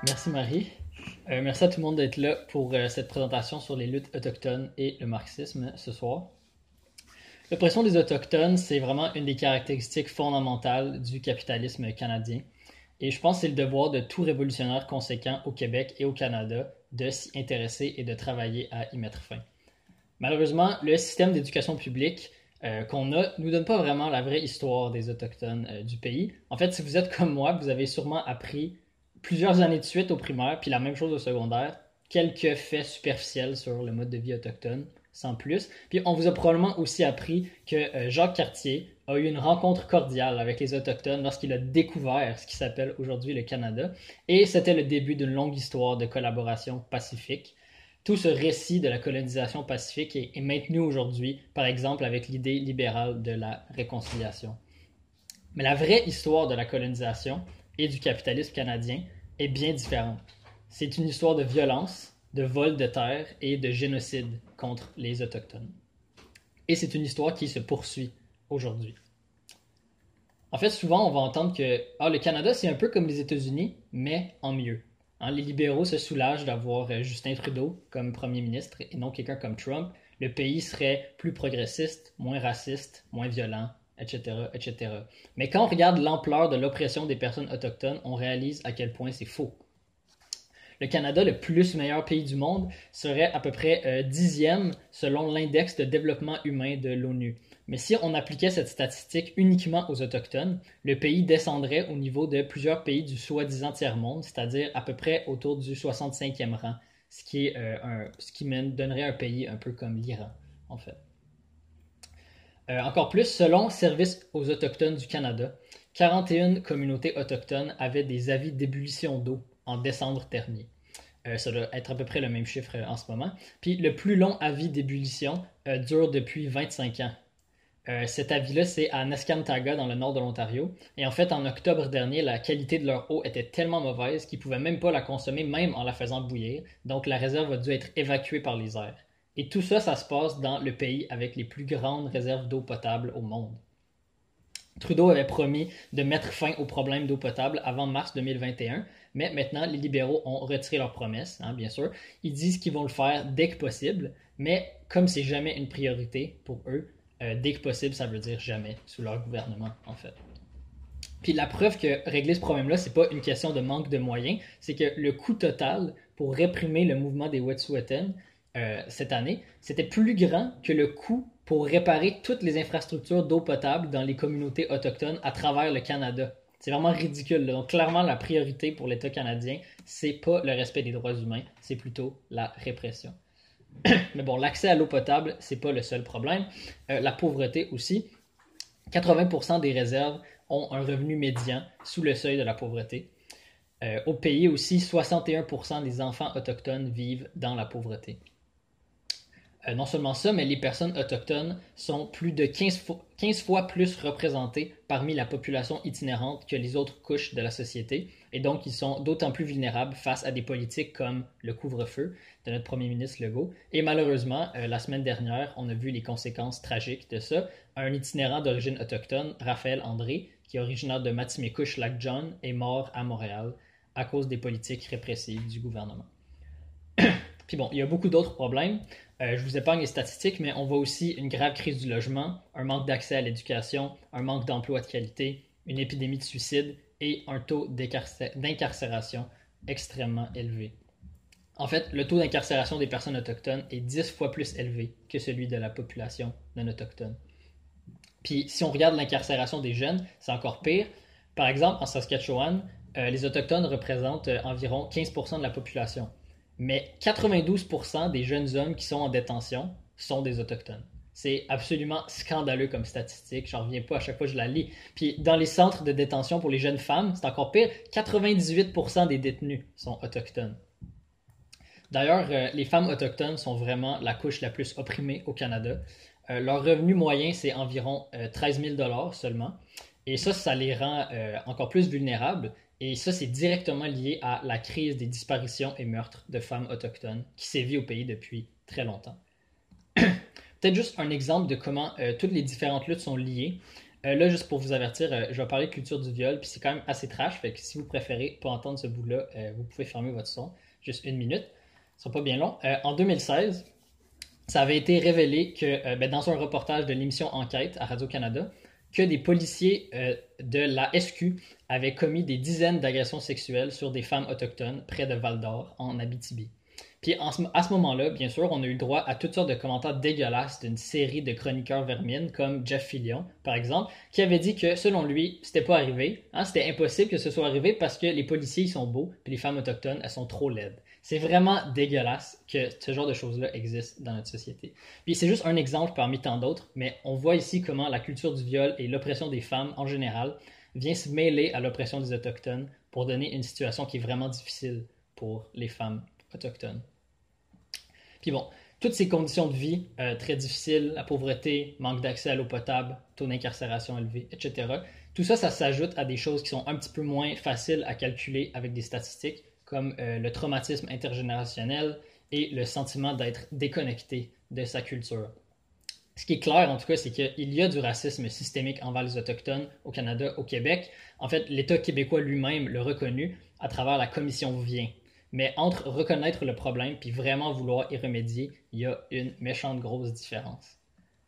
Merci Marie. Merci à tout le monde d'être là pour cette présentation sur les luttes autochtones et le marxisme ce soir. L'oppression des Autochtones, c'est vraiment une des caractéristiques fondamentales du capitalisme canadien. Et je pense que c'est le devoir de tout révolutionnaire conséquent au Québec et au Canada de s'y intéresser et de travailler à y mettre fin. Malheureusement, le système d'éducation publique qu'on a nous donne pas vraiment la vraie histoire des Autochtones du pays. En fait, si vous êtes comme moi, vous avez sûrement appris plusieurs années de suite au primaire, puis la même chose au secondaire, quelques faits superficiels sur le mode de vie autochtone, sans plus. Puis on vous a probablement aussi appris que Jacques Cartier a eu une rencontre cordiale avec les Autochtones lorsqu'il a découvert ce qui s'appelle aujourd'hui le Canada, et c'était le début d'une longue histoire de collaboration pacifique. Tout ce récit de la colonisation pacifique est maintenu aujourd'hui, par exemple avec l'idée libérale de la réconciliation. Mais la vraie histoire de la colonisation et du capitalisme canadien est bien différente. C'est une histoire de violence, de vol de terre et de génocide contre les Autochtones. Et c'est une histoire qui se poursuit aujourd'hui. En fait, souvent, on va entendre que le Canada, c'est un peu comme les États-Unis, mais en mieux. Les libéraux se soulagent d'avoir Justin Trudeau comme premier ministre et non quelqu'un comme Trump. Le pays serait plus progressiste, moins raciste, moins violent, etc., etc. Mais quand on regarde l'ampleur de l'oppression des personnes autochtones, on réalise à quel point c'est faux. Le Canada, le plus meilleur pays du monde, serait à peu près 10e selon l'index de développement humain de l'ONU. Mais si on appliquait cette statistique uniquement aux Autochtones, le pays descendrait au niveau de plusieurs pays du soi-disant tiers-monde, c'est-à-dire à peu près autour du 65e rang, ce qui donnerait un pays un peu comme l'Iran, en fait. Encore plus, selon Service aux Autochtones du Canada, 41 communautés autochtones avaient des avis d'ébullition d'eau en décembre dernier. Ça doit être à peu près le même chiffre en ce moment. Puis le plus long avis d'ébullition dure depuis 25 ans. Cet avis-là, c'est à Neskantaga, dans le nord de l'Ontario. Et en fait, en octobre dernier, la qualité de leur eau était tellement mauvaise qu'ils ne pouvaient même pas la consommer, même en la faisant bouillir. Donc la réserve a dû être évacuée par les airs. Et tout ça, ça se passe dans le pays avec les plus grandes réserves d'eau potable au monde. Trudeau avait promis de mettre fin au problème d'eau potable avant mars 2021, mais maintenant, les libéraux ont retiré leur promesse, bien sûr. Ils disent qu'ils vont le faire dès que possible, mais comme c'est jamais une priorité pour eux, dès que possible, ça veut dire jamais sous leur gouvernement, en fait. Puis la preuve que régler ce problème-là, c'est pas une question de manque de moyens, c'est que le coût total pour réprimer le mouvement des Wet'suwet'en cette année, c'était plus grand que le coût pour réparer toutes les infrastructures d'eau potable dans les communautés autochtones à travers le Canada. C'est vraiment ridicule. Là. Donc clairement, la priorité pour l'État canadien, c'est pas le respect des droits humains, c'est plutôt la répression. Mais bon, l'accès à l'eau potable, c'est pas le seul problème. La pauvreté aussi. 80% des réserves ont un revenu médian sous le seuil de la pauvreté. Au pays aussi, 61% des enfants autochtones vivent dans la pauvreté. Non seulement ça, mais les personnes autochtones sont plus de 15 fois plus représentées parmi la population itinérante que les autres couches de la société, et donc ils sont d'autant plus vulnérables face à des politiques comme le couvre-feu de notre premier ministre Legault. Et malheureusement, la semaine dernière, on a vu les conséquences tragiques de ça. Un itinérant d'origine autochtone, Raphaël André, qui est originaire de Matimekouche-Lac-John, est mort à Montréal à cause des politiques répressives du gouvernement. Puis bon, il y a beaucoup d'autres problèmes. Je vous épargne les statistiques, mais on voit aussi une grave crise du logement, un manque d'accès à l'éducation, un manque d'emploi de qualité, une épidémie de suicide et un taux d'incarcération extrêmement élevé. En fait, le taux d'incarcération des personnes autochtones est 10 fois plus élevé que celui de la population non autochtone. Puis si on regarde l'incarcération des jeunes, c'est encore pire. Par exemple, en Saskatchewan, les Autochtones représentent environ 15% de la population. Mais 92% des jeunes hommes qui sont en détention sont des Autochtones. C'est absolument scandaleux comme statistique. J'en reviens pas à chaque fois que je la lis. Puis dans les centres de détention pour les jeunes femmes, c'est encore pire. 98% des détenus sont autochtones. D'ailleurs, les femmes autochtones sont vraiment la couche la plus opprimée au Canada. Leur revenu moyen, c'est environ 13 000 seulement. Et ça les rend encore plus vulnérables. Et ça, c'est directement lié à la crise des disparitions et meurtres de femmes autochtones qui sévit au pays depuis très longtemps. Peut-être juste un exemple de comment toutes les différentes luttes sont liées. Là, juste pour vous avertir, je vais parler de culture du viol, puis c'est quand même assez trash, fait que si vous préférez pas entendre ce bout-là, vous pouvez fermer votre son. Juste une minute, ce sera pas bien long. En 2016, ça avait été révélé que dans un reportage de l'émission Enquête à Radio-Canada, que des policiers de la SQ avaient commis des dizaines d'agressions sexuelles sur des femmes autochtones près de Val-d'Or, en Abitibi. Puis à ce moment-là, bien sûr, on a eu le droit à toutes sortes de commentaires dégueulasses d'une série de chroniqueurs vermines, comme Jeff Fillion, par exemple, qui avait dit que, selon lui, c'était pas arrivé. Hein, c'était impossible que ce soit arrivé parce que les policiers, ils sont beaux, puis les femmes autochtones, elles sont trop laides. C'est vraiment dégueulasse que ce genre de choses-là existent dans notre société. Puis c'est juste un exemple parmi tant d'autres, mais on voit ici comment la culture du viol et l'oppression des femmes, en général, vient se mêler à l'oppression des Autochtones pour donner une situation qui est vraiment difficile pour les femmes autochtones. Puis bon, toutes ces conditions de vie très difficiles, la pauvreté, manque d'accès à l'eau potable, taux d'incarcération élevé, etc., tout ça, ça s'ajoute à des choses qui sont un petit peu moins faciles à calculer avec des statistiques, comme le traumatisme intergénérationnel et le sentiment d'être déconnecté de sa culture. Ce qui est clair, en tout cas, c'est qu'il y a du racisme systémique envers les Autochtones au Canada, au Québec. En fait, l'État québécois lui-même l'a reconnu à travers la commission Vien. Mais entre reconnaître le problème puis vraiment vouloir y remédier, il y a une méchante grosse différence.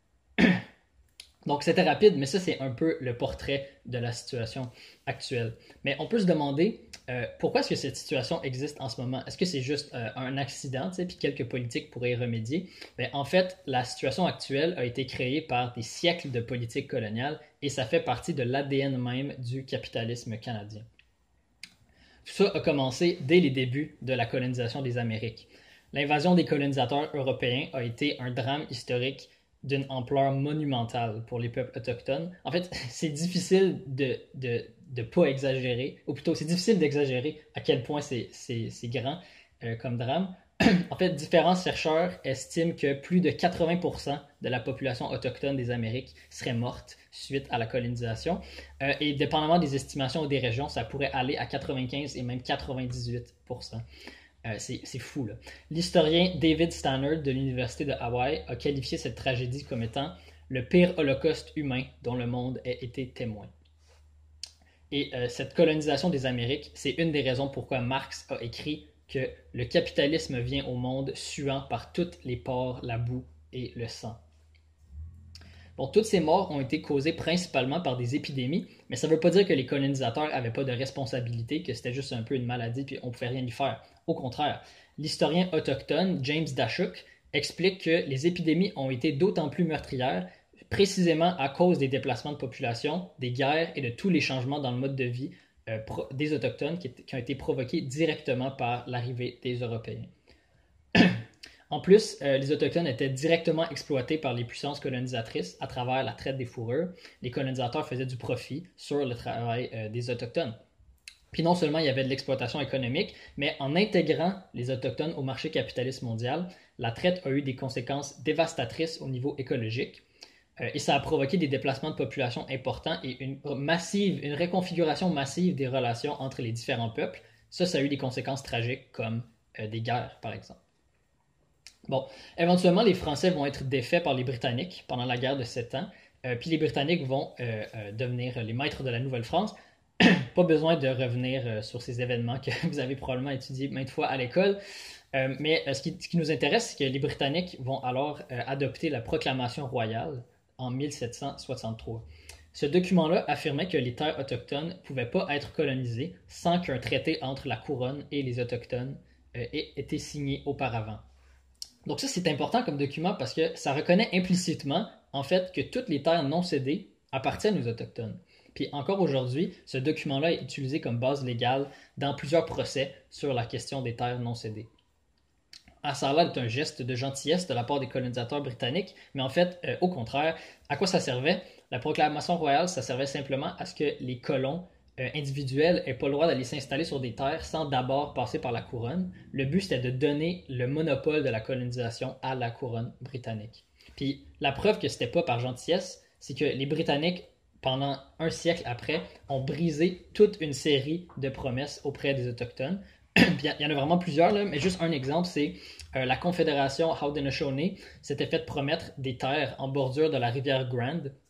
Donc c'était rapide, mais ça c'est un peu le portrait de la situation actuelle. Mais on peut se demander pourquoi est-ce que cette situation existe en ce moment? Est-ce que c'est juste un accident, puis quelques politiques pourraient y remédier? Mais en fait, la situation actuelle a été créée par des siècles de politique coloniale et ça fait partie de l'ADN même du capitalisme canadien. Tout ça a commencé dès les débuts de la colonisation des Amériques. L'invasion des colonisateurs européens a été un drame historique d'une ampleur monumentale pour les peuples autochtones. En fait, c'est difficile de pas exagérer, ou plutôt c'est difficile d'exagérer à quel point c'est grand comme drame. En fait, différents chercheurs estiment que plus de 80% de la population autochtone des Amériques serait morte suite à la colonisation. Et dépendamment des estimations ou des régions, ça pourrait aller à 95 et même 98%. C'est fou, là. L'historien David Stannard de l'Université de Hawaï a qualifié cette tragédie comme étant le pire holocauste humain dont le monde ait été témoin. Et cette colonisation des Amériques, c'est une des raisons pourquoi Marx a écrit que le capitalisme vient au monde suant par toutes les pores, la boue et le sang. Bon, toutes ces morts ont été causées principalement par des épidémies, mais ça ne veut pas dire que les colonisateurs n'avaient pas de responsabilité, que c'était juste un peu une maladie puis on ne pouvait rien y faire. Au contraire, l'historien autochtone James Dashuk explique que les épidémies ont été d'autant plus meurtrières précisément à cause des déplacements de population, des guerres et de tous les changements dans le mode de vie des Autochtones qui ont été provoqués directement par l'arrivée des Européens. En plus, les Autochtones étaient directement exploités par les puissances colonisatrices à travers la traite des fourrures. Les colonisateurs faisaient du profit sur le travail des Autochtones. Puis non seulement il y avait de l'exploitation économique, mais en intégrant les Autochtones au marché capitaliste mondial, la traite a eu des conséquences dévastatrices au niveau écologique. Et ça a provoqué des déplacements de population importants et une reconfiguration massive des relations entre les différents peuples. Ça a eu des conséquences tragiques comme des guerres, par exemple. Bon, éventuellement, les Français vont être défaits par les Britanniques pendant la guerre de 7 ans, puis les Britanniques vont devenir les maîtres de la Nouvelle-France. Pas besoin de revenir sur ces événements que vous avez probablement étudiés maintes fois à l'école. Mais ce qui nous intéresse, c'est que les Britanniques vont alors adopter la proclamation royale en 1763. Ce document-là affirmait que les terres autochtones ne pouvaient pas être colonisées sans qu'un traité entre la couronne et les autochtones ait été signé auparavant. Donc ça, c'est important comme document parce que ça reconnaît implicitement, en fait, que toutes les terres non cédées appartiennent aux Autochtones. Puis encore aujourd'hui, ce document-là est utilisé comme base légale dans plusieurs procès sur la question des terres non cédées. Ça a l'air d'être un geste de gentillesse de la part des colonisateurs britanniques, mais en fait, au contraire, à quoi ça servait? La proclamation royale, ça servait simplement à ce que les colons individuels n'aient pas le droit d'aller s'installer sur des terres sans d'abord passer par la couronne. Le but, c'était de donner le monopole de la colonisation à la couronne britannique. Puis la preuve que c'était pas par gentillesse, c'est que les Britanniques, pendant un siècle après, ont brisé toute une série de promesses auprès des Autochtones. Il y en a vraiment plusieurs, là, mais juste un exemple, c'est la Confédération Haudenosaunee s'était fait promettre des terres en bordure de la rivière Grand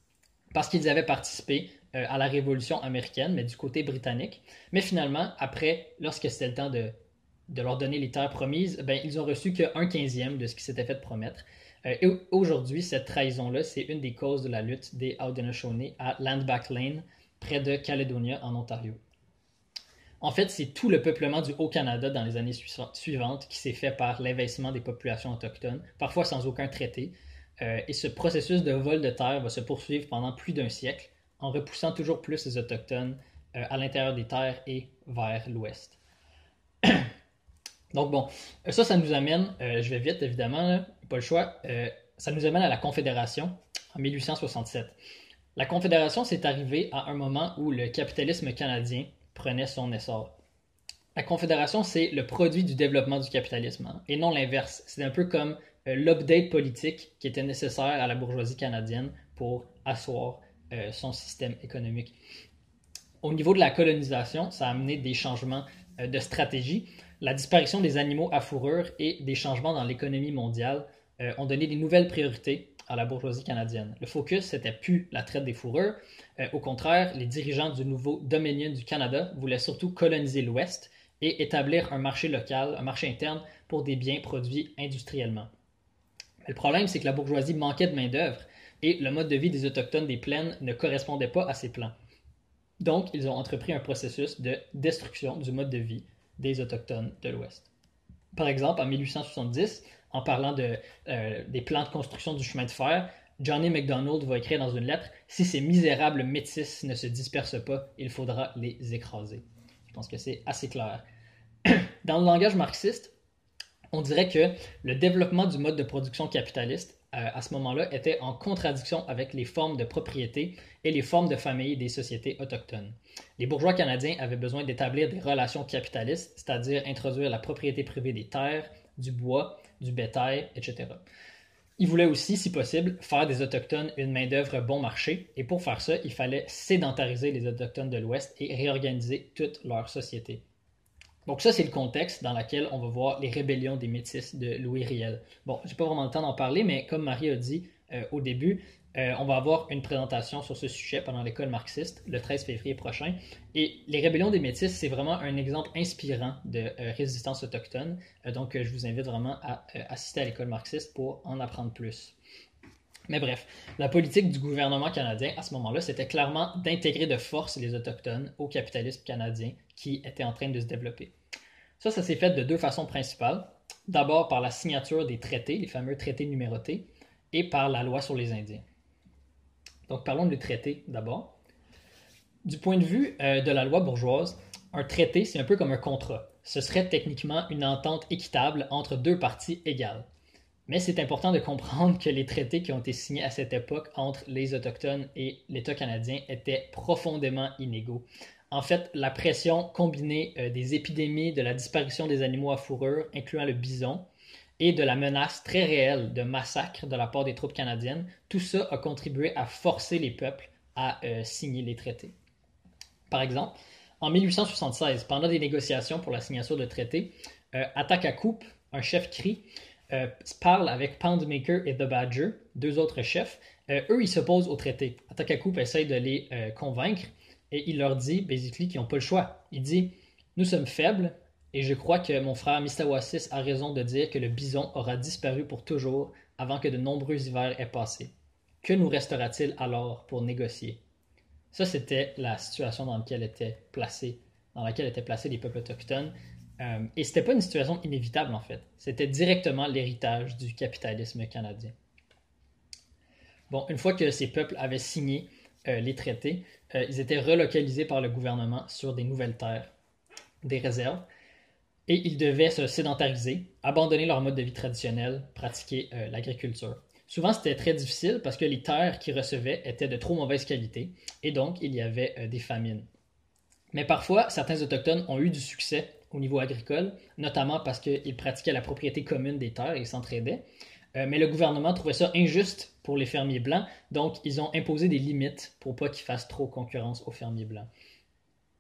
parce qu'ils avaient participé à la Révolution américaine, mais du côté britannique. Mais finalement, après, lorsque c'était le temps de leur donner les terres promises, ben, ils ont reçu qu'un quinzième de ce qui s'était fait promettre. Et aujourd'hui, cette trahison-là, c'est une des causes de la lutte des Haudenosaunee à Landback Lane, près de Caledonia, en Ontario. En fait, c'est tout le peuplement du Haut-Canada dans les années suivantes qui s'est fait par l'investissement des populations autochtones, parfois sans aucun traité. Et ce processus de vol de terre va se poursuivre pendant plus d'un siècle, en repoussant toujours plus les Autochtones à l'intérieur des terres et vers l'ouest. Donc bon, ça nous amène, je vais vite évidemment, là, pas le choix, ça nous amène à la Confédération en 1867. La Confédération s'est arrivée à un moment où le capitalisme canadien prenait son essor. La Confédération, c'est le produit du développement du capitalisme, hein, et non l'inverse. C'est un peu comme l'update politique qui était nécessaire à la bourgeoisie canadienne pour asseoir son système économique. Au niveau de la colonisation, ça a amené des changements de stratégie. La disparition des animaux à fourrure et des changements dans l'économie mondiale ont donné des nouvelles priorités à la bourgeoisie canadienne. Le focus, c'était plus la traite des fourrures. Au contraire, les dirigeants du nouveau Dominion du Canada voulaient surtout coloniser l'Ouest et établir un marché local, un marché interne pour des biens produits industriellement. Mais le problème, c'est que la bourgeoisie manquait de main-d'œuvre et le mode de vie des Autochtones des plaines ne correspondait pas à ces plans. Donc, ils ont entrepris un processus de destruction du mode de vie des Autochtones de l'Ouest. Par exemple, en 1870, en parlant des plans de construction du chemin de fer, Johnny MacDonald va écrire dans une lettre « Si ces misérables métis ne se dispersent pas, il faudra les écraser ». Je pense que c'est assez clair. Dans le langage marxiste, on dirait que le développement du mode de production capitaliste à ce moment-là était en contradiction avec les formes de propriété et les formes de famille des sociétés autochtones. Les bourgeois canadiens avaient besoin d'établir des relations capitalistes, c'est-à-dire introduire la propriété privée des terres, du bois, du bétail, etc. Ils voulaient aussi, si possible, faire des Autochtones une main-d'œuvre bon marché, et pour faire ça, il fallait sédentariser les Autochtones de l'Ouest et réorganiser toute leur société. Donc ça, c'est le contexte dans lequel on va voir les rébellions des Métis de Louis Riel. Bon, j'ai pas vraiment le temps d'en parler, mais comme Marie a dit au début, on va avoir une présentation sur ce sujet pendant l'école marxiste le 13 février prochain. Et les rébellions des Métis, c'est vraiment un exemple inspirant de résistance autochtone. Donc je vous invite vraiment à assister à l'école marxiste pour en apprendre plus. Mais bref, la politique du gouvernement canadien à ce moment-là, c'était clairement d'intégrer de force les Autochtones au capitalisme canadien qui était en train de se développer. Ça s'est fait de deux façons principales. D'abord par la signature des traités, les fameux traités numérotés, et par la loi sur les Indiens. Donc parlons des traités d'abord. Du point de vue de la loi bourgeoise, un traité, c'est un peu comme un contrat. Ce serait techniquement une entente équitable entre deux parties égales. Mais c'est important de comprendre que les traités qui ont été signés à cette époque entre les Autochtones et l'État canadien étaient profondément inégaux. En fait, la pression combinée des épidémies, de la disparition des animaux à fourrure, incluant le bison, et de la menace très réelle de massacre de la part des troupes canadiennes, tout ça a contribué à forcer les peuples à signer les traités. Par exemple, en 1876, pendant des négociations pour la signature de traités, Atakakup, un chef cri, parle avec Poundmaker et The Badger, deux autres chefs. Eux, ils s'opposent au traité. Atakakup essaye de les convaincre et il leur dit, basically, qu'ils n'ont pas le choix. Il dit « Nous sommes faibles et je crois que mon frère Mistawasis a raison de dire que le bison aura disparu pour toujours avant que de nombreux hivers aient passé. Que nous restera-t-il alors pour négocier? » Ça, c'était la situation dans laquelle étaient placés les peuples autochtones. Et c'était pas une situation inévitable, en fait. C'était directement l'héritage du capitalisme canadien. Bon, une fois que ces peuples avaient signé les traités, ils étaient relocalisés par le gouvernement sur des nouvelles terres, des réserves, et ils devaient se sédentariser, abandonner leur mode de vie traditionnel, pratiquer l'agriculture. Souvent, c'était très difficile parce que les terres qu'ils recevaient étaient de trop mauvaise qualité, et donc il y avait des famines. Mais parfois, certains Autochtones ont eu du succès au niveau agricole, notamment parce qu'ils pratiquaient la propriété commune des terres et s'entraidaient. Mais le gouvernement trouvait ça injuste pour les fermiers blancs, donc ils ont imposé des limites pour pas qu'ils fassent trop concurrence aux fermiers blancs.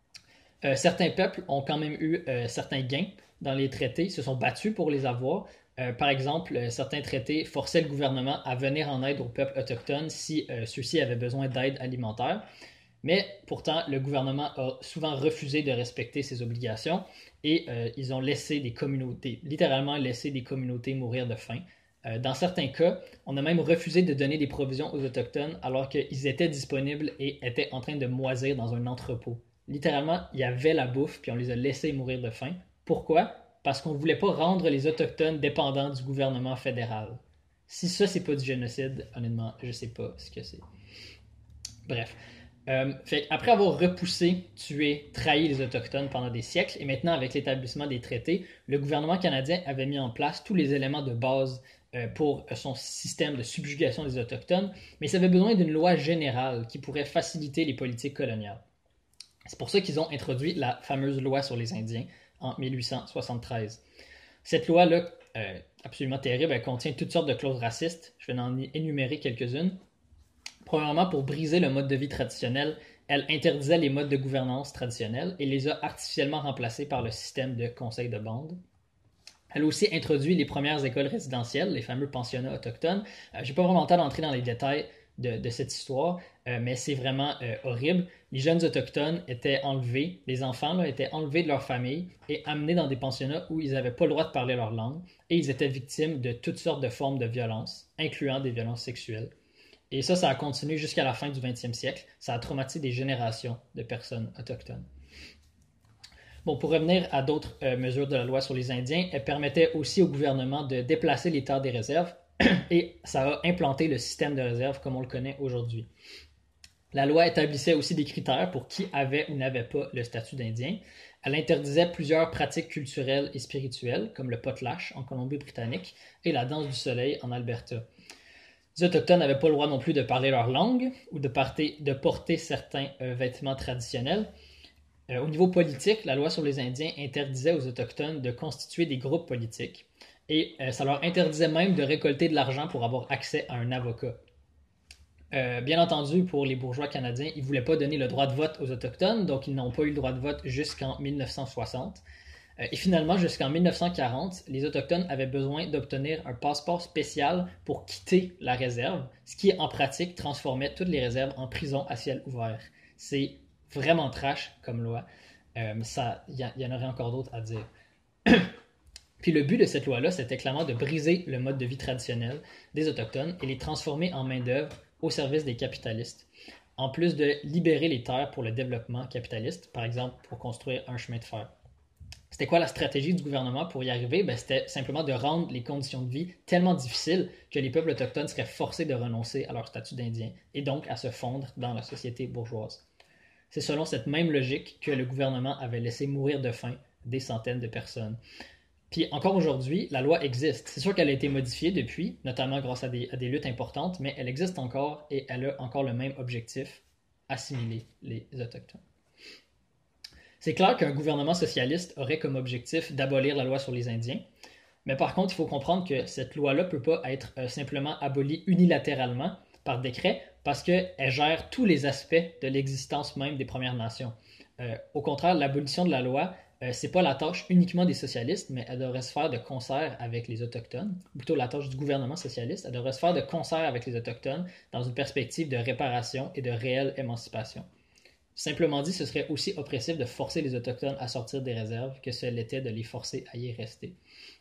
Certains peuples ont quand même eu certains gains dans les traités, se sont battus pour les avoir, Par exemple, certains traités forçaient le gouvernement à venir en aide aux peuples autochtones si ceux-ci avaient besoin d'aide alimentaire. Mais pourtant, le gouvernement a souvent refusé de respecter ses obligations et ils ont laissé des communautés, littéralement laissé des communautés mourir de faim. Dans certains cas, on a même refusé de donner des provisions aux Autochtones alors qu'ils étaient disponibles et étaient en train de moisir dans un entrepôt. Littéralement, il y avait la bouffe, puis on les a laissés mourir de faim. Pourquoi? Parce qu'on ne voulait pas rendre les Autochtones dépendants du gouvernement fédéral. Si ça, c'est pas du génocide, honnêtement, je sais pas ce que c'est. Bref. Après avoir repoussé, tué, trahi les Autochtones pendant des siècles, et maintenant avec l'établissement des traités, le gouvernement canadien avait mis en place tous les éléments de base pour son système de subjugation des Autochtones, mais ça avait besoin d'une loi générale qui pourrait faciliter les politiques coloniales. C'est pour ça qu'ils ont introduit la fameuse loi sur les Indiens en 1873. Cette loi-là, absolument terrible, elle contient toutes sortes de clauses racistes. Je vais en énumérer quelques-unes. Premièrement, pour briser le mode de vie traditionnel, elle interdisait les modes de gouvernance traditionnels et les a artificiellement remplacés par le système de conseil de bande. Elle a aussi introduit les premières écoles résidentielles, les fameux pensionnats autochtones. Je n'ai pas vraiment le temps d'entrer dans les détails de cette histoire, mais c'est vraiment horrible. Les jeunes autochtones étaient enlevés, les enfants là, étaient enlevés de leur famille et amenés dans des pensionnats où ils n'avaient pas le droit de parler leur langue et ils étaient victimes de toutes sortes de formes de violence, incluant des violences sexuelles. Et ça a continué jusqu'à la fin du 20e siècle. Ça a traumatisé des générations de personnes autochtones. Bon, pour revenir à d'autres mesures de la loi sur les Indiens, elle permettait aussi au gouvernement de déplacer les terres des réserves et ça a implanté le système de réserve comme on le connaît aujourd'hui. La loi établissait aussi des critères pour qui avait ou n'avait pas le statut d'Indien. Elle interdisait plusieurs pratiques culturelles et spirituelles, comme le potlatch en Colombie-Britannique et la danse du soleil en Alberta. Les Autochtones n'avaient pas le droit non plus de parler leur langue ou de porter certains vêtements traditionnels. Au niveau politique, la loi sur les Indiens interdisait aux Autochtones de constituer des groupes politiques et ça leur interdisait même de récolter de l'argent pour avoir accès à un avocat. Bien entendu, pour les bourgeois canadiens, ils ne voulaient pas donner le droit de vote aux Autochtones, donc ils n'ont pas eu le droit de vote jusqu'en 1960. Et finalement, jusqu'en 1940, les Autochtones avaient besoin d'obtenir un passeport spécial pour quitter la réserve, ce qui, en pratique, transformait toutes les réserves en prison à ciel ouvert. C'est vraiment trash comme loi. Il y en aurait encore d'autres à dire. Puis le but de cette loi-là, c'était clairement de briser le mode de vie traditionnel des Autochtones et les transformer en main-d'œuvre au service des capitalistes, en plus de libérer les terres pour le développement capitaliste, par exemple pour construire un chemin de fer. C'était quoi la stratégie du gouvernement pour y arriver? C'était simplement de rendre les conditions de vie tellement difficiles que les peuples autochtones seraient forcés de renoncer à leur statut d'Indien et donc à se fondre dans la société bourgeoise. C'est selon cette même logique que le gouvernement avait laissé mourir de faim des centaines de personnes. Puis encore aujourd'hui, la loi existe. C'est sûr qu'elle a été modifiée depuis, notamment grâce à des luttes importantes, mais elle existe encore et elle a encore le même objectif, assimiler les Autochtones. C'est clair qu'un gouvernement socialiste aurait comme objectif d'abolir la loi sur les Indiens, mais par contre, il faut comprendre que cette loi-là ne peut pas être simplement abolie unilatéralement par décret parce qu'elle gère tous les aspects de l'existence même des Premières Nations. Au contraire, l'abolition de la loi, ce n'est pas la tâche uniquement des socialistes, mais elle devrait se faire de concert avec les Autochtones, plutôt la tâche du gouvernement socialiste, elle devrait se faire de concert avec les Autochtones dans une perspective de réparation et de réelle émancipation. Simplement dit, ce serait aussi oppressif de forcer les Autochtones à sortir des réserves que ce l'était de les forcer à y rester.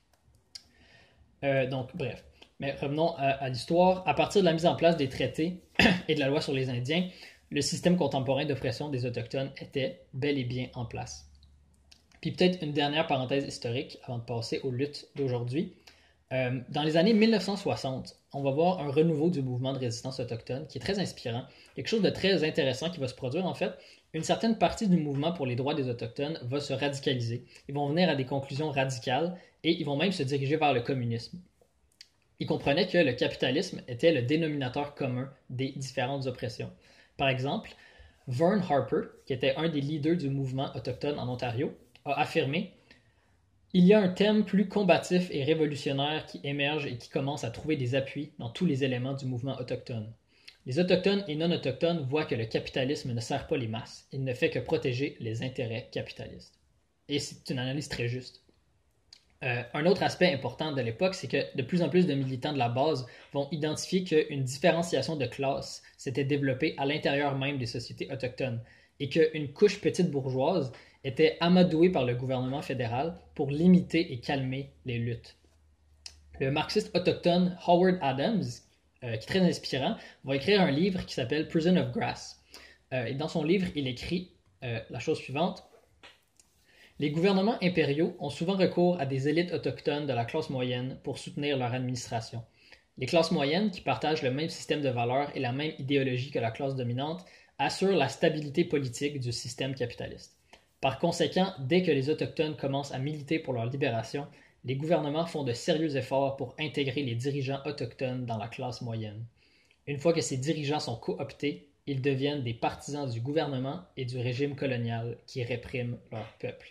Donc, bref. Mais revenons à l'histoire. À partir de la mise en place des traités et de la loi sur les Indiens, le système contemporain d'oppression des Autochtones était bel et bien en place. Puis peut-être une dernière parenthèse historique avant de passer aux luttes d'aujourd'hui. Dans les années 1960, on va voir un renouveau du mouvement de résistance autochtone qui est très inspirant. Quelque chose de très intéressant qui va se produire en fait. Une certaine partie du mouvement pour les droits des Autochtones va se radicaliser. Ils vont venir à des conclusions radicales et ils vont même se diriger vers le communisme. Ils comprenaient que le capitalisme était le dénominateur commun des différentes oppressions. Par exemple, Vern Harper, qui était un des leaders du mouvement autochtone en Ontario, a affirmé « Il y a un thème plus combatif et révolutionnaire qui émerge et qui commence à trouver des appuis dans tous les éléments du mouvement autochtone. Les autochtones et non-autochtones voient que le capitalisme ne sert pas les masses, il ne fait que protéger les intérêts capitalistes. » Et c'est une analyse très juste. Un autre aspect important de l'époque, c'est que de plus en plus de militants de la base vont identifier qu'une différenciation de classe s'était développée à l'intérieur même des sociétés autochtones et qu'une couche petite bourgeoise était amadouée par le gouvernement fédéral pour limiter et calmer les luttes. Le marxiste autochtone Howard Adams, qui est très inspirant, va écrire un livre qui s'appelle Prison of Grass. Et dans son livre, il écrit la chose suivante. Les gouvernements impériaux ont souvent recours à des élites autochtones de la classe moyenne pour soutenir leur administration. Les classes moyennes, qui partagent le même système de valeurs et la même idéologie que la classe dominante, assurent la stabilité politique du système capitaliste. Par conséquent, dès que les autochtones commencent à militer pour leur libération, les gouvernements font de sérieux efforts pour intégrer les dirigeants autochtones dans la classe moyenne. Une fois que ces dirigeants sont cooptés, ils deviennent des partisans du gouvernement et du régime colonial qui réprime leur peuple.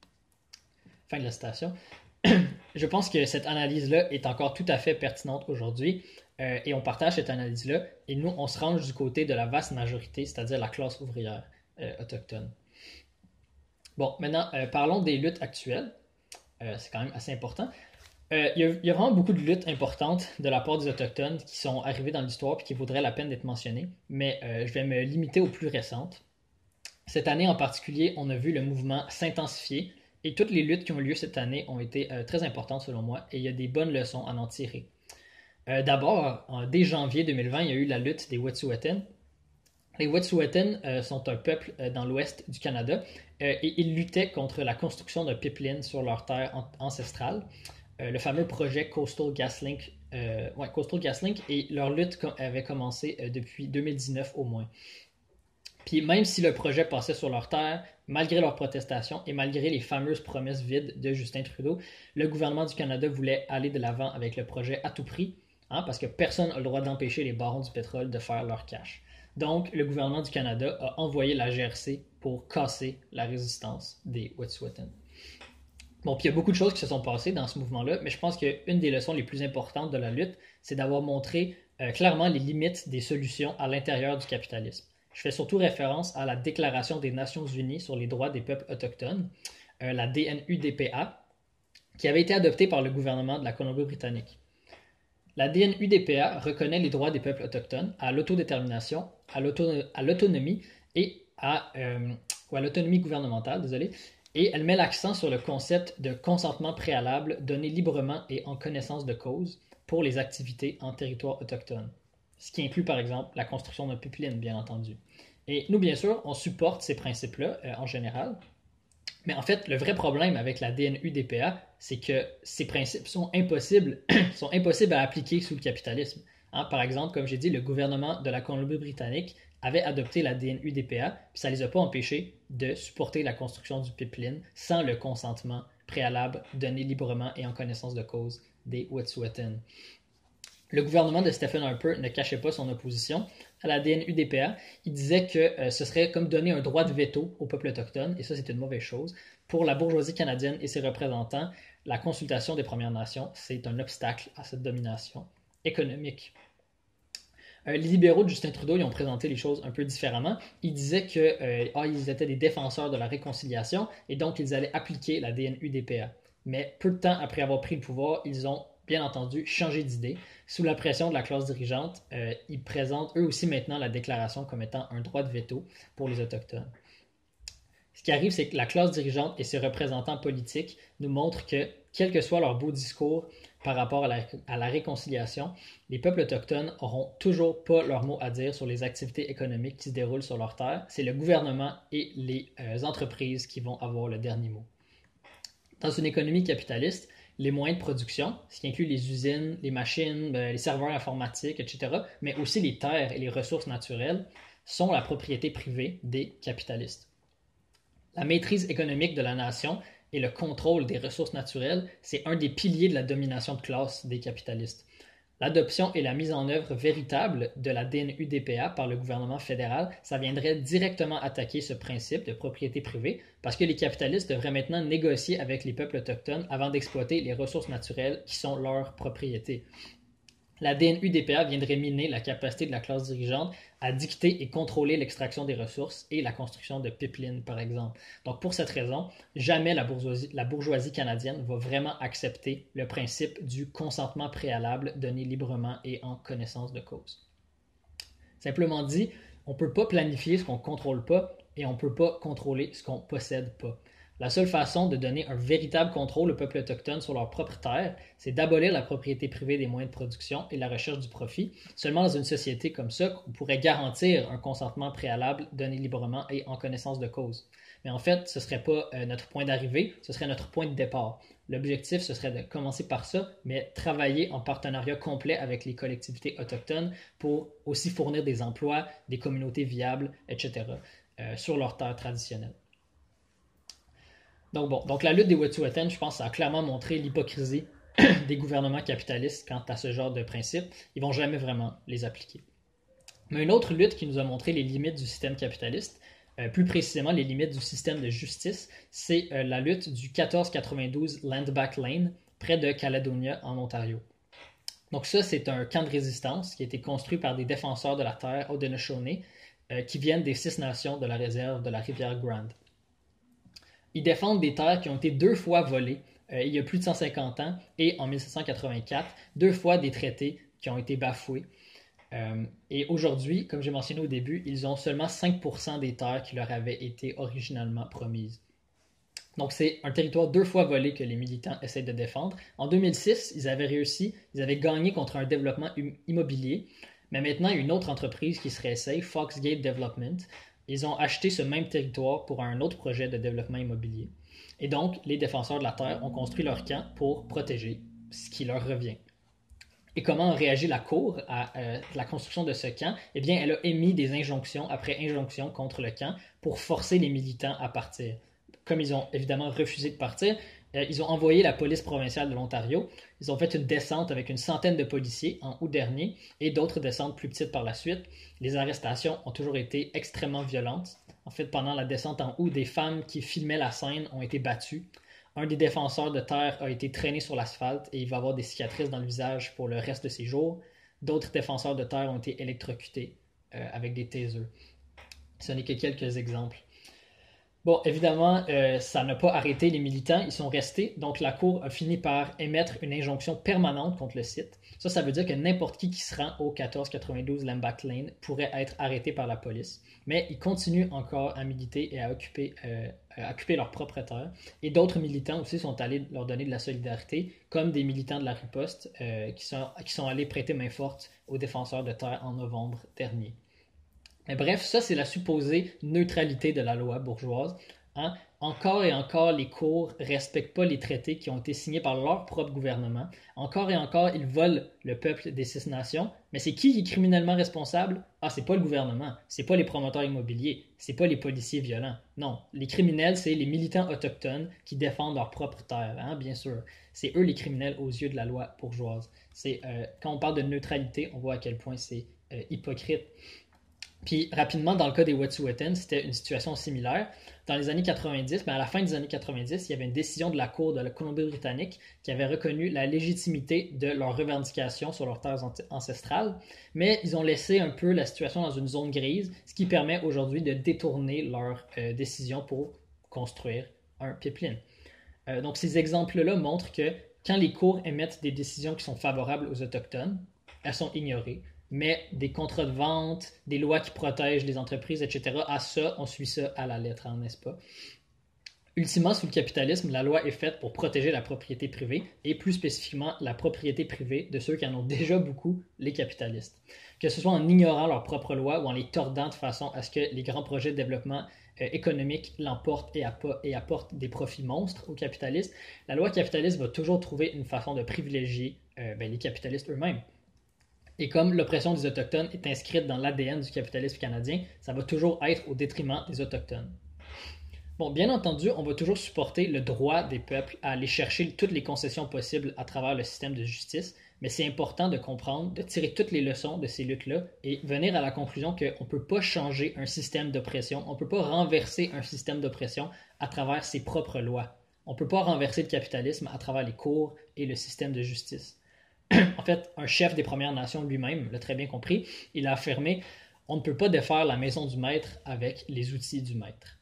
Fin de la citation. Je pense que cette analyse-là est encore tout à fait pertinente aujourd'hui et on partage cette analyse-là et nous, on se range du côté de la vaste majorité, c'est-à-dire la classe ouvrière autochtone. Bon, maintenant, parlons des luttes actuelles. C'est quand même assez important. Il y a vraiment beaucoup de luttes importantes de la part des Autochtones qui sont arrivées dans l'histoire et qui vaudraient la peine d'être mentionnées, mais je vais me limiter aux plus récentes. Cette année en particulier, on a vu le mouvement s'intensifier et toutes les luttes qui ont eu lieu cette année ont été très importantes selon moi et il y a des bonnes leçons à en tirer. D'abord, dès janvier 2020, il y a eu la lutte des Wet'suwet'en. Les Wet'suwet'en sont un peuple dans l'ouest du Canada et ils luttaient contre la construction d'un pipeline sur leur terre ancestrale, le fameux projet Coastal GasLink, et leur lutte avait commencé depuis 2019 au moins. Puis même si le projet passait sur leur terre, malgré leurs protestations et malgré les fameuses promesses vides de Justin Trudeau, le gouvernement du Canada voulait aller de l'avant avec le projet à tout prix, parce que personne n'a le droit d'empêcher les barons du pétrole de faire leur cash. Donc, le gouvernement du Canada a envoyé la GRC pour casser la résistance des Wet'suwet'en. Bon, puis il y a beaucoup de choses qui se sont passées dans ce mouvement-là, mais je pense qu'une des leçons les plus importantes de la lutte, c'est d'avoir montré clairement les limites des solutions à l'intérieur du capitalisme. Je fais surtout référence à la Déclaration des Nations Unies sur les droits des peuples autochtones, la DNUDPA, qui avait été adoptée par le gouvernement de la Colombie-Britannique. La DNUDPA reconnaît les droits des peuples autochtones à l'autodétermination, à l'autonomie et à l'autonomie gouvernementale, et elle met l'accent sur le concept de consentement préalable donné librement et en connaissance de cause pour les activités en territoire autochtone, ce qui inclut par exemple la construction d'un pipeline, bien entendu. Et nous, bien sûr, on supporte ces principes-là en général, mais en fait, le vrai problème avec la DNUDPA, c'est que ces principes sont impossibles à appliquer sous le capitalisme. Par exemple, comme j'ai dit, le gouvernement de la Colombie-Britannique avait adopté la DNUDPA, puis ça ne les a pas empêchés de supporter la construction du pipeline sans le consentement préalable donné librement et en connaissance de cause des Wet'suwet'en. Le gouvernement de Stephen Harper ne cachait pas son opposition à la DNUDPA. Il disait que ce serait comme donner un droit de veto au peuple autochtone, et ça c'est une mauvaise chose. Pour la bourgeoisie canadienne et ses représentants, la consultation des Premières Nations, c'est un obstacle à cette domination économique. Les libéraux de Justin Trudeau, ils ont présenté les choses un peu différemment. Ils disaient qu'ils étaient des défenseurs de la réconciliation et donc ils allaient appliquer la DNUDPA. Mais peu de temps après avoir pris le pouvoir, ils ont bien entendu changé d'idée. Sous la pression de la classe dirigeante, ils présentent eux aussi maintenant la déclaration comme étant un droit de veto pour les Autochtones. Ce qui arrive, c'est que la classe dirigeante et ses représentants politiques nous montrent que, quel que soit leur beau discours par rapport à la réconciliation, les peuples autochtones n'auront toujours pas leur mot à dire sur les activités économiques qui se déroulent sur leur terre. C'est le gouvernement et les entreprises qui vont avoir le dernier mot. Dans une économie capitaliste, les moyens de production, ce qui inclut les usines, les machines, les serveurs informatiques, etc., mais aussi les terres et les ressources naturelles, sont la propriété privée des capitalistes. La maîtrise économique de la nation et le contrôle des ressources naturelles, c'est un des piliers de la domination de classe des capitalistes. L'adoption et la mise en œuvre véritable de la DNUDPA par le gouvernement fédéral, ça viendrait directement attaquer ce principe de propriété privée parce que les capitalistes devraient maintenant négocier avec les peuples autochtones avant d'exploiter les ressources naturelles qui sont leur propriété. La DNUDPA viendrait miner la capacité de la classe dirigeante à dicter et contrôler l'extraction des ressources et la construction de pipelines, par exemple. Donc, pour cette raison, jamais la bourgeoisie canadienne va vraiment accepter le principe du consentement préalable donné librement et en connaissance de cause. Simplement dit, on ne peut pas planifier ce qu'on ne contrôle pas et on ne peut pas contrôler ce qu'on ne possède pas. La seule façon de donner un véritable contrôle aux peuples autochtones sur leurs propres terres, c'est d'abolir la propriété privée des moyens de production et la recherche du profit. Seulement dans une société comme ça, on pourrait garantir un consentement préalable donné librement et en connaissance de cause. Mais en fait, ce ne serait pas notre point d'arrivée, ce serait notre point de départ. L'objectif, ce serait de commencer par ça, mais travailler en partenariat complet avec les collectivités autochtones pour aussi fournir des emplois, des communautés viables, etc. Sur leurs terres traditionnelles. Donc la lutte des Wet'suwet'en, je pense, ça a clairement montré l'hypocrisie des gouvernements capitalistes quant à ce genre de principes. Ils ne vont jamais vraiment les appliquer. Mais une autre lutte qui nous a montré les limites du système capitaliste, plus précisément les limites du système de justice, c'est la lutte du 1492 Landback Lane, près de Caledonia, en Ontario. Donc ça, c'est un camp de résistance qui a été construit par des défenseurs de la terre Haudenosaunee qui viennent des 6 nations de la réserve de la rivière Grand. Ils défendent des terres qui ont été 2 fois volées il y a plus de 150 ans et en 1784, 2 fois des traités qui ont été bafoués. Et aujourd'hui, comme j'ai mentionné au début, ils ont seulement 5% des terres qui leur avaient été originalement promises. Donc c'est un territoire 2 fois volé que les militants essaient de défendre. En 2006, ils avaient réussi, ils avaient gagné contre un développement immobilier, mais maintenant il y a une autre entreprise qui se réessaye, Foxgate Development. Ils ont acheté ce même territoire pour un autre projet de développement immobilier. Et donc, les défenseurs de la terre ont construit leur camp pour protéger ce qui leur revient. Et comment a réagi la Cour à la construction de ce camp? Eh bien, elle a émis des injonctions après injonctions contre le camp pour forcer les militants à partir. Comme ils ont évidemment refusé de partir, ils ont envoyé la police provinciale de l'Ontario. Ils ont fait une descente avec une centaine de policiers en août dernier et d'autres descentes plus petites par la suite. Les arrestations ont toujours été extrêmement violentes. En fait, pendant la descente en août, des femmes qui filmaient la scène ont été battues. Un des défenseurs de terre a été traîné sur l'asphalte et il va avoir des cicatrices dans le visage pour le reste de ses jours. D'autres défenseurs de terre ont été électrocutés avec des tasers. Ce n'est que quelques exemples. Bon, évidemment, ça n'a pas arrêté les militants, ils sont restés, donc la Cour a fini par émettre une injonction permanente contre le site. Ça veut dire que n'importe qui se rend au 1492 Landback Lane pourrait être arrêté par la police. Mais ils continuent encore à militer et à occuper leur propre terre. Et d'autres militants aussi sont allés leur donner de la solidarité, comme des militants de la riposte qui sont allés prêter main forte aux défenseurs de terre en novembre dernier. Mais bref, ça, c'est la supposée neutralité de la loi bourgeoise. Hein? Encore et encore, les cours ne respectent pas les traités qui ont été signés par leur propre gouvernement. Encore et encore, ils volent le peuple des 6 nations. Mais c'est qui est criminellement responsable? Ah, c'est pas le gouvernement, c'est pas les promoteurs immobiliers, c'est pas les policiers violents. Non, les criminels, c'est les militants autochtones qui défendent leur propre terre, hein, bien sûr. C'est eux les criminels aux yeux de la loi bourgeoise. Quand on parle de neutralité, on voit à quel point c'est hypocrite. Puis rapidement, dans le cas des Wet'suwet'en, c'était une situation similaire. Dans les années 90, à la fin des années 90, il y avait une décision de la Cour de la Colombie-Britannique qui avait reconnu la légitimité de leurs revendications sur leurs terres ancestrales, mais ils ont laissé un peu la situation dans une zone grise, ce qui permet aujourd'hui de détourner leur décision pour construire un pipeline. Donc ces exemples-là montrent que quand les cours émettent des décisions qui sont favorables aux Autochtones, elles sont ignorées. Mais des contrats de vente, des lois qui protègent les entreprises, etc., à ça, on suit ça à la lettre, hein, n'est-ce pas? Ultimement, sous le capitalisme, la loi est faite pour protéger la propriété privée, et plus spécifiquement la propriété privée de ceux qui en ont déjà beaucoup, les capitalistes. Que ce soit en ignorant leurs propres lois ou en les tordant de façon à ce que les grands projets de développement économique l'emportent et apportent des profits monstres aux capitalistes, la loi capitaliste va toujours trouver une façon de privilégier les capitalistes eux-mêmes. Et comme l'oppression des Autochtones est inscrite dans l'ADN du capitalisme canadien, ça va toujours être au détriment des Autochtones. Bon, bien entendu, on va toujours supporter le droit des peuples à aller chercher toutes les concessions possibles à travers le système de justice, mais c'est important de comprendre, de tirer toutes les leçons de ces luttes-là et venir à la conclusion qu'on ne peut pas changer un système d'oppression, on ne peut pas renverser un système d'oppression à travers ses propres lois. On ne peut pas renverser le capitalisme à travers les cours et le système de justice. En fait, un chef des Premières Nations lui-même l'a très bien compris. Il a affirmé « On ne peut pas défaire la maison du maître avec les outils du maître.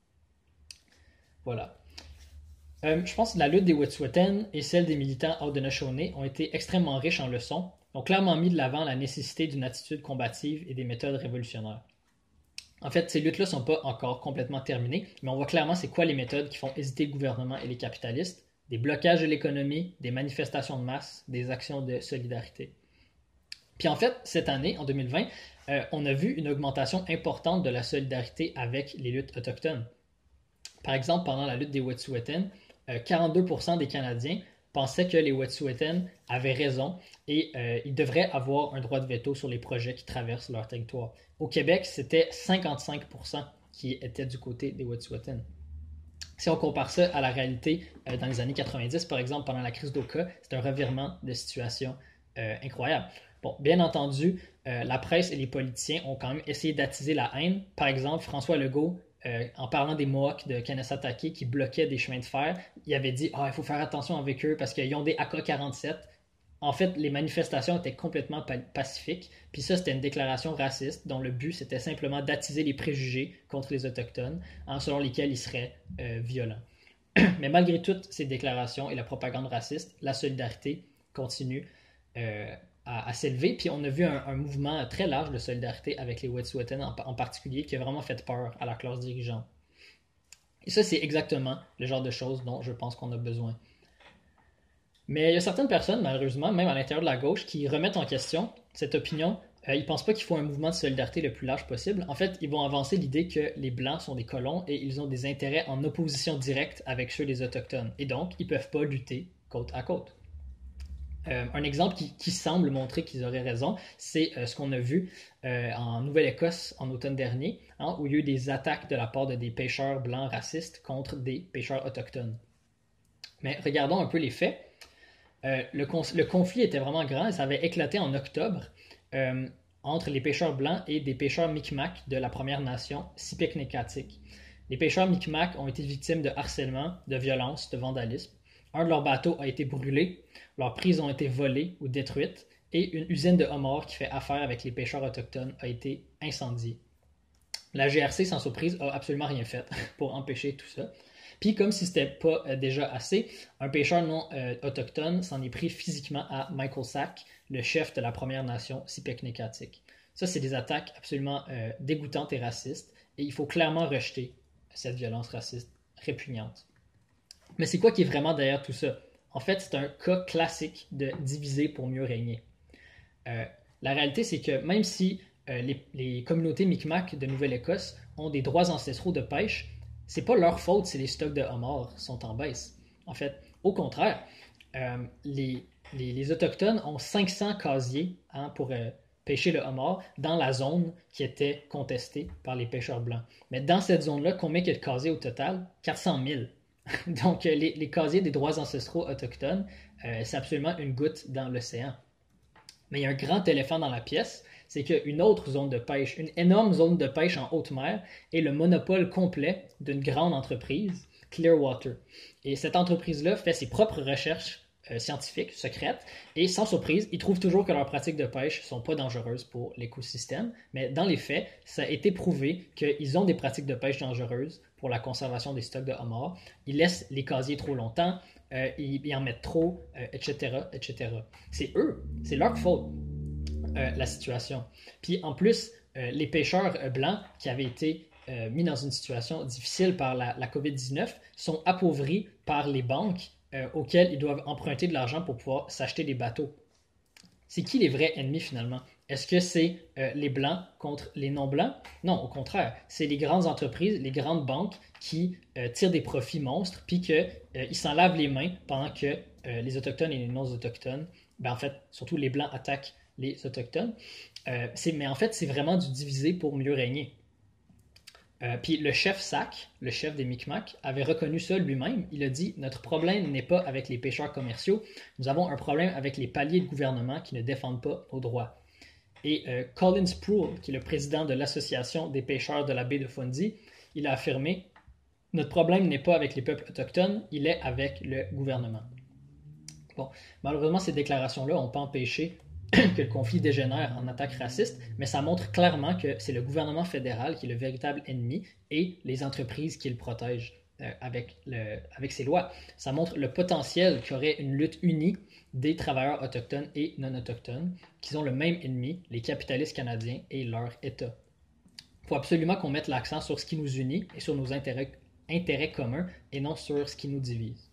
Voilà. Je pense que la lutte des Wet'suwet'en et celle des militants Haudenosaunee ont été extrêmement riches en leçons, ont clairement mis de l'avant la nécessité d'une attitude combative et des méthodes révolutionnaires. En fait, ces luttes-là ne sont pas encore complètement terminées, mais on voit clairement c'est quoi les méthodes qui font hésiter le gouvernement et les capitalistes, des blocages de l'économie, des manifestations de masse, des actions de solidarité. Puis en fait, cette année, en 2020, on a vu une augmentation importante de la solidarité avec les luttes autochtones. Par exemple, pendant la lutte des Wet'suwet'en, 42% des Canadiens pensaient que les Wet'suwet'en avaient raison et ils devraient avoir un droit de veto sur les projets qui traversent leur territoire. Au Québec, c'était 55% qui étaient du côté des Wet'suwet'en. Si on compare ça à la réalité dans les années 90, par exemple, pendant la crise d'Oka, c'est un revirement de situation incroyable. Bon, bien entendu, la presse et les politiciens ont quand même essayé d'attiser la haine. Par exemple, François Legault, en parlant des Mohawks de Kanesatake qui bloquaient des chemins de fer, il avait dit il faut faire attention avec eux parce qu'ils ont des AK-47. En fait, les manifestations étaient complètement pacifiques. Puis ça, c'était une déclaration raciste dont le but, c'était simplement d'attiser les préjugés contre les Autochtones, selon lesquels ils seraient violents. Mais malgré toutes ces déclarations et la propagande raciste, la solidarité continue à s'élever. Puis on a vu un mouvement très large de solidarité avec les Wet'suwet'en en particulier qui a vraiment fait peur à la classe dirigeante. Et ça, c'est exactement le genre de choses dont je pense qu'on a besoin. Mais il y a certaines personnes, malheureusement, même à l'intérieur de la gauche, qui remettent en question cette opinion. Ils ne pensent pas qu'il faut un mouvement de solidarité le plus large possible. En fait, ils vont avancer l'idée que les Blancs sont des colons et ils ont des intérêts en opposition directe avec ceux des Autochtones. Et donc, ils ne peuvent pas lutter côte à côte. Un exemple qui semble montrer qu'ils auraient raison, c'est ce qu'on a vu en Nouvelle-Écosse en automne dernier, où il y a eu des attaques de la part de des pêcheurs blancs racistes contre des pêcheurs autochtones. Mais regardons un peu les faits. Le conflit était vraiment grand et ça avait éclaté en octobre entre les pêcheurs blancs et des pêcheurs Micmac de la Première Nation Sipekne'katik. Les pêcheurs Micmac ont été victimes de harcèlement, de violence, de vandalisme. Un de leurs bateaux a été brûlé, leurs prises ont été volées ou détruites et une usine de homards qui fait affaire avec les pêcheurs autochtones a été incendiée. La GRC, sans surprise, a absolument rien fait pour empêcher tout ça. Puis, comme si c'était pas déjà assez, un pêcheur non autochtone s'en est pris physiquement à Michael Sack, le chef de la Première Nation Sipekne'katik. Ça, c'est des attaques absolument dégoûtantes et racistes, et il faut clairement rejeter cette violence raciste répugnante. Mais c'est quoi qui est vraiment derrière tout ça? En fait, c'est un cas classique de diviser pour mieux régner. La réalité, c'est que même si les communautés Micmac de Nouvelle-Écosse ont des droits ancestraux de pêche, c'est pas leur faute si les stocks de homards sont en baisse. En fait, au contraire, les Autochtones ont 500 casiers pour pêcher le homard dans la zone qui était contestée par les pêcheurs blancs. Mais dans cette zone-là, combien il y a de casiers au total? 400 000. Donc, les casiers des droits ancestraux autochtones, c'est absolument une goutte dans l'océan. Mais il y a un grand éléphant dans la pièce, c'est qu'une autre zone de pêche, une énorme zone de pêche en haute mer, est le monopole complet d'une grande entreprise, Clearwater. Et cette entreprise-là fait ses propres recherches scientifiques, secrètes, et sans surprise, ils trouvent toujours que leurs pratiques de pêche ne sont pas dangereuses pour l'écosystème, mais dans les faits, ça a été prouvé qu'ils ont des pratiques de pêche dangereuses pour la conservation des stocks de homards. Ils laissent les casiers trop longtemps, ils en mettent trop, etc., etc. C'est eux, c'est leur faute, la situation. Puis en plus, les pêcheurs blancs qui avaient été mis dans une situation difficile par la COVID-19 sont appauvris par les banques auxquelles ils doivent emprunter de l'argent pour pouvoir s'acheter des bateaux. C'est qui les vrais ennemis finalement? Est-ce que c'est les Blancs contre les non-Blancs? Non, au contraire. C'est les grandes entreprises, les grandes banques qui tirent des profits monstres puis qu'ils s'en lavent les mains pendant que les Autochtones et les non-Autochtones, en fait, surtout les Blancs attaquent les Autochtones. Mais en fait, c'est vraiment du diviser pour mieux régner. Puis le chef Sack, le chef des Micmac, avait reconnu ça lui-même. Il a dit « Notre problème n'est pas avec les pêcheurs commerciaux, nous avons un problème avec les paliers de gouvernement qui ne défendent pas nos droits. » Et Colin Sproul, qui est le président de l'Association des pêcheurs de la baie de Fundy, il a affirmé « Notre problème n'est pas avec les peuples autochtones, il est avec le gouvernement. » Bon, malheureusement, ces déclarations-là n'ont pas empêché que le conflit dégénère en attaque raciste, mais ça montre clairement que c'est le gouvernement fédéral qui est le véritable ennemi et les entreprises qui le protègent avec ses lois. Ça montre le potentiel qu'aurait une lutte unie des travailleurs autochtones et non autochtones, qui ont le même ennemi, les capitalistes canadiens et leur État. Il faut absolument qu'on mette l'accent sur ce qui nous unit et sur nos intérêts communs et non sur ce qui nous divise.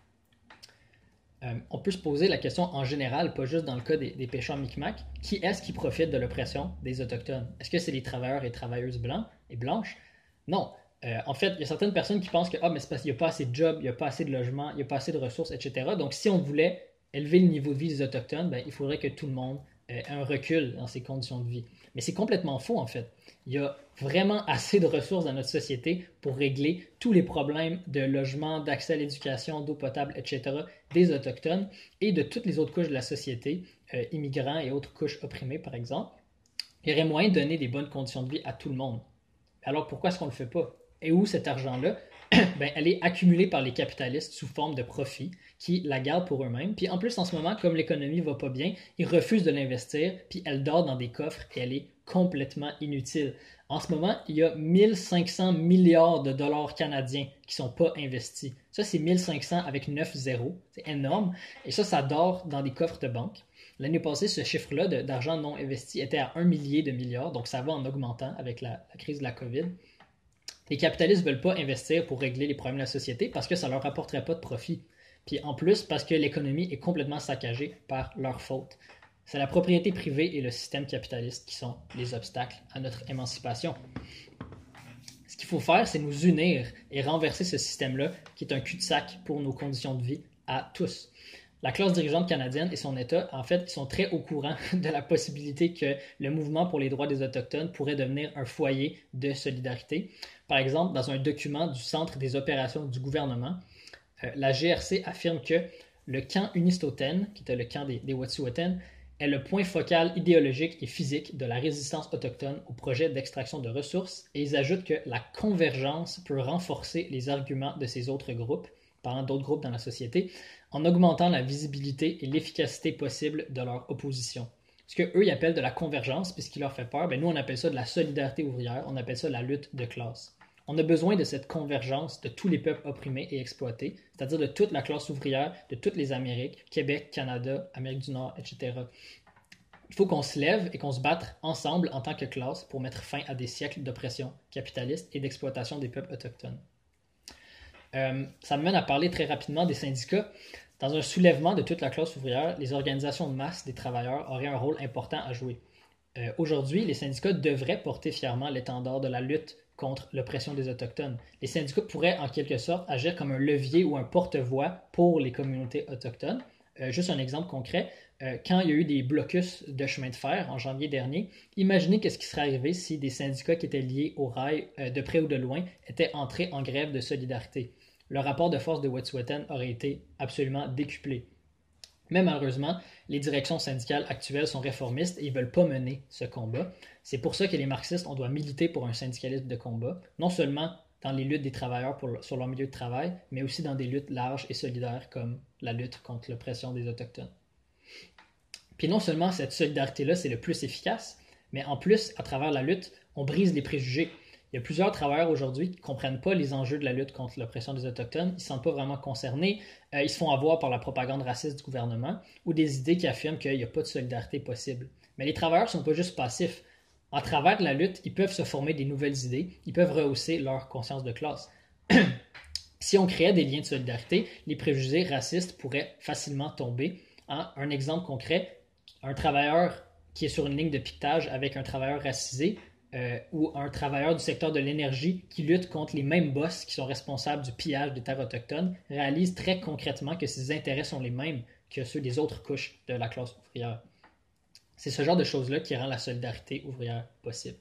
On peut se poser la question en général, pas juste dans le cas des pêcheurs Micmac, qui est-ce qui profite de l'oppression des Autochtones? Est-ce que c'est les travailleurs et travailleuses blancs et blanches? Non. En fait, il y a certaines personnes qui pensent que mais c'est parce qu'il n'y a pas assez de jobs, il n'y a pas assez de logements, il n'y a pas assez de ressources, etc. Donc, si on voulait élever le niveau de vie des Autochtones, il faudrait que tout le monde ait un recul dans ses conditions de vie. Mais c'est complètement faux, en fait. Il y a vraiment assez de ressources dans notre société pour régler tous les problèmes de logement, d'accès à l'éducation, d'eau potable, etc. des Autochtones et de toutes les autres couches de la société, immigrants et autres couches opprimées, par exemple. Il y aurait moyen de donner des bonnes conditions de vie à tout le monde. Alors pourquoi est-ce qu'on ne le fait pas? Et où cet argent-là? Elle est accumulée par les capitalistes sous forme de profit qui la gardent pour eux-mêmes. Puis en plus, en ce moment, comme l'économie va pas bien, ils refusent de l'investir, puis elle dort dans des coffres et elle est complètement inutile. En ce moment, il y a 1500 milliards de dollars canadiens qui sont pas investis. Ça, c'est 1500 avec 9 zéros. C'est énorme. Et ça dort dans des coffres de banque. L'année passée, ce chiffre-là d'argent non investi était à 1 millier de milliards, donc ça va en augmentant avec la crise de la COVID. Les capitalistes ne veulent pas investir pour régler les problèmes de la société parce que ça ne leur apporterait pas de profit. Puis en plus, parce que l'économie est complètement saccagée par leur faute. C'est la propriété privée et le système capitaliste qui sont les obstacles à notre émancipation. Ce qu'il faut faire, c'est nous unir et renverser ce système-là qui est un cul-de-sac pour nos conditions de vie à tous. La classe dirigeante canadienne et son État, en fait, ils sont très au courant de la possibilité que le mouvement pour les droits des Autochtones pourrait devenir un foyer de solidarité. Par exemple, dans un document du Centre des opérations du gouvernement, la GRC affirme que le camp Unistoten, qui était le camp des Wet'suwet'en, est le point focal idéologique et physique de la résistance autochtone au projet d'extraction de ressources, et ils ajoutent que la convergence peut renforcer les arguments de ces autres groupes, parlant d'autres groupes dans la société, en augmentant la visibilité et l'efficacité possible de leur opposition. Ce qu'eux, ils appellent de la convergence, puis ce qui leur fait peur, nous, on appelle ça de la solidarité ouvrière, on appelle ça la lutte de classe. On a besoin de cette convergence de tous les peuples opprimés et exploités, c'est-à-dire de toute la classe ouvrière, de toutes les Amériques, Québec, Canada, Amérique du Nord, etc. Il faut qu'on se lève et qu'on se batte ensemble en tant que classe pour mettre fin à des siècles d'oppression capitaliste et d'exploitation des peuples autochtones. Ça me mène à parler très rapidement des syndicats. Dans un soulèvement de toute la classe ouvrière, les organisations de masse des travailleurs auraient un rôle important à jouer. Aujourd'hui, les syndicats devraient porter fièrement l'étendard de la lutte contre l'oppression des Autochtones. Les syndicats pourraient en quelque sorte agir comme un levier ou un porte-voix pour les communautés autochtones. Juste un exemple concret, quand il y a eu des blocus de chemin de fer en janvier dernier, imaginez qu'est-ce qui serait arrivé si des syndicats qui étaient liés au rail, de près ou de loin, étaient entrés en grève de solidarité. Le rapport de force de Wet'suwet'en aurait été absolument décuplé. Mais malheureusement, les directions syndicales actuelles sont réformistes et ils ne veulent pas mener ce combat. C'est pour ça que les marxistes, on doit militer pour un syndicalisme de combat, non seulement dans les luttes des travailleurs sur leur milieu de travail, mais aussi dans des luttes larges et solidaires comme la lutte contre l'oppression des Autochtones. Puis non seulement cette solidarité-là, c'est le plus efficace, mais en plus, à travers la lutte, on brise les préjugés. Il y a plusieurs travailleurs aujourd'hui qui ne comprennent pas les enjeux de la lutte contre l'oppression des Autochtones. Ils ne se sentent pas vraiment concernés. Ils se font avoir par la propagande raciste du gouvernement ou des idées qui affirment qu'il n'y a pas de solidarité possible. Mais les travailleurs ne sont pas juste passifs. À travers la lutte, ils peuvent se former des nouvelles idées. Ils peuvent rehausser leur conscience de classe. Si on créait des liens de solidarité, les préjugés racistes pourraient facilement tomber. Un exemple concret, un travailleur qui est sur une ligne de piquetage avec un travailleur racisé, ou un travailleur du secteur de l'énergie qui lutte contre les mêmes boss qui sont responsables du pillage des terres autochtones réalise très concrètement que ses intérêts sont les mêmes que ceux des autres couches de la classe ouvrière. C'est ce genre de choses-là qui rend la solidarité ouvrière possible.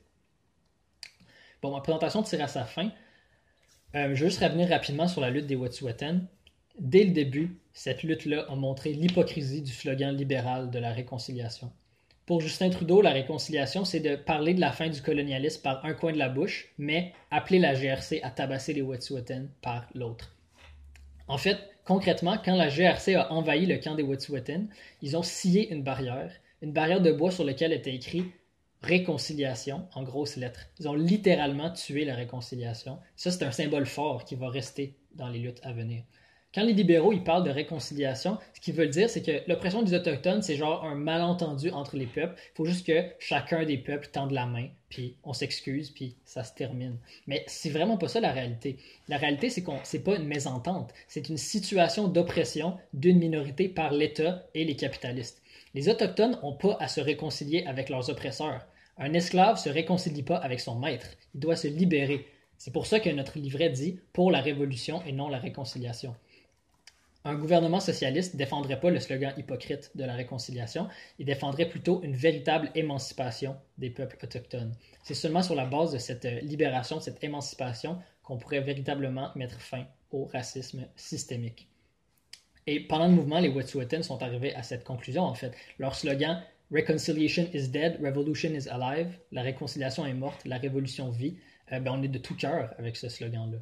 Bon, ma présentation tire à sa fin. Je veux juste revenir rapidement sur la lutte des Wet'suwet'en. Dès le début, cette lutte-là a montré l'hypocrisie du slogan libéral de la réconciliation. Pour Justin Trudeau, la réconciliation, c'est de parler de la fin du colonialisme par un coin de la bouche, mais appeler la GRC à tabasser les Wet'suwet'en par l'autre. En fait, concrètement, quand la GRC a envahi le camp des Wet'suwet'en, ils ont scié une barrière, une barrière de bois sur laquelle était écrit réconciliation en grosses lettres. Ils ont littéralement tué la réconciliation. Ça, c'est un symbole fort qui va rester dans les luttes à venir. Quand les libéraux ils parlent de réconciliation, ce qu'ils veulent dire, c'est que l'oppression des Autochtones, c'est genre un malentendu entre les peuples. Il faut juste que chacun des peuples tende la main, puis on s'excuse, puis ça se termine. Mais c'est vraiment pas ça la réalité. La réalité, c'est pas une mésentente. C'est une situation d'oppression d'une minorité par l'État et les capitalistes. Les Autochtones n'ont pas à se réconcilier avec leurs oppresseurs. Un esclave ne se réconcilie pas avec son maître. Il doit se libérer. C'est pour ça que notre livret dit « pour la révolution et non la réconciliation ». Un gouvernement socialiste ne défendrait pas le slogan hypocrite de la réconciliation, il défendrait plutôt une véritable émancipation des peuples autochtones. C'est seulement sur la base de cette libération, de cette émancipation, qu'on pourrait véritablement mettre fin au racisme systémique. Et pendant le mouvement, les Wet'suwet'en sont arrivés à cette conclusion, en fait. Leur slogan « Reconciliation is dead, revolution is alive », la réconciliation est morte, la révolution vit, on est de tout cœur avec ce slogan-là.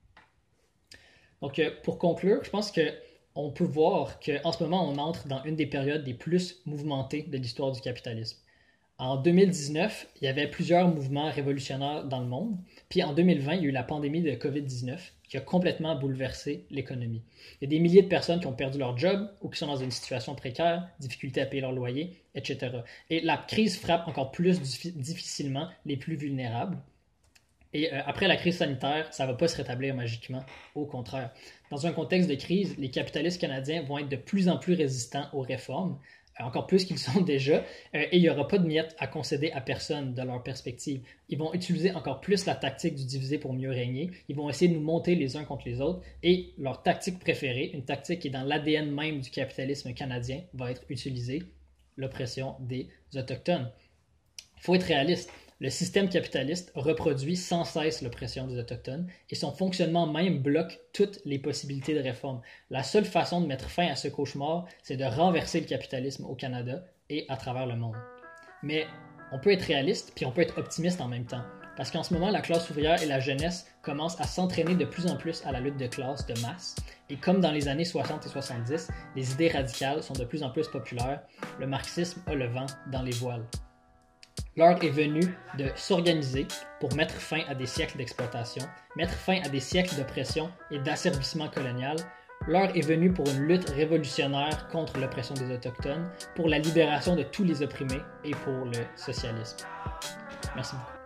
Donc, pour conclure, je pense qu'on peut voir qu'en ce moment, on entre dans une des périodes les plus mouvementées de l'histoire du capitalisme. En 2019, il y avait plusieurs mouvements révolutionnaires dans le monde. Puis en 2020, il y a eu la pandémie de COVID-19 qui a complètement bouleversé l'économie. Il y a des milliers de personnes qui ont perdu leur job ou qui sont dans une situation précaire, difficulté à payer leur loyer, etc. Et la crise frappe encore plus difficilement les plus vulnérables. Et après la crise sanitaire, ça ne va pas se rétablir magiquement. Au contraire. Dans un contexte de crise, les capitalistes canadiens vont être de plus en plus résistants aux réformes, encore plus qu'ils sont déjà, et il n'y aura pas de miettes à concéder à personne de leur perspective. Ils vont utiliser encore plus la tactique du diviser pour mieux régner. Ils vont essayer de nous monter les uns contre les autres, et leur tactique préférée, une tactique qui est dans l'ADN même du capitalisme canadien, va être utilisée, l'oppression des Autochtones. Il faut être réaliste. Le système capitaliste reproduit sans cesse l'oppression des Autochtones et son fonctionnement même bloque toutes les possibilités de réforme. La seule façon de mettre fin à ce cauchemar, c'est de renverser le capitalisme au Canada et à travers le monde. Mais on peut être réaliste puis on peut être optimiste en même temps. Parce qu'en ce moment, la classe ouvrière et la jeunesse commencent à s'entraîner de plus en plus à la lutte de classe de masse. Et comme dans les années 60 et 70, les idées radicales sont de plus en plus populaires, le marxisme a le vent dans les voiles. L'heure est venue de s'organiser pour mettre fin à des siècles d'exploitation, mettre fin à des siècles d'oppression et d'asservissement colonial. L'heure est venue pour une lutte révolutionnaire contre l'oppression des Autochtones, pour la libération de tous les opprimés et pour le socialisme. Merci beaucoup.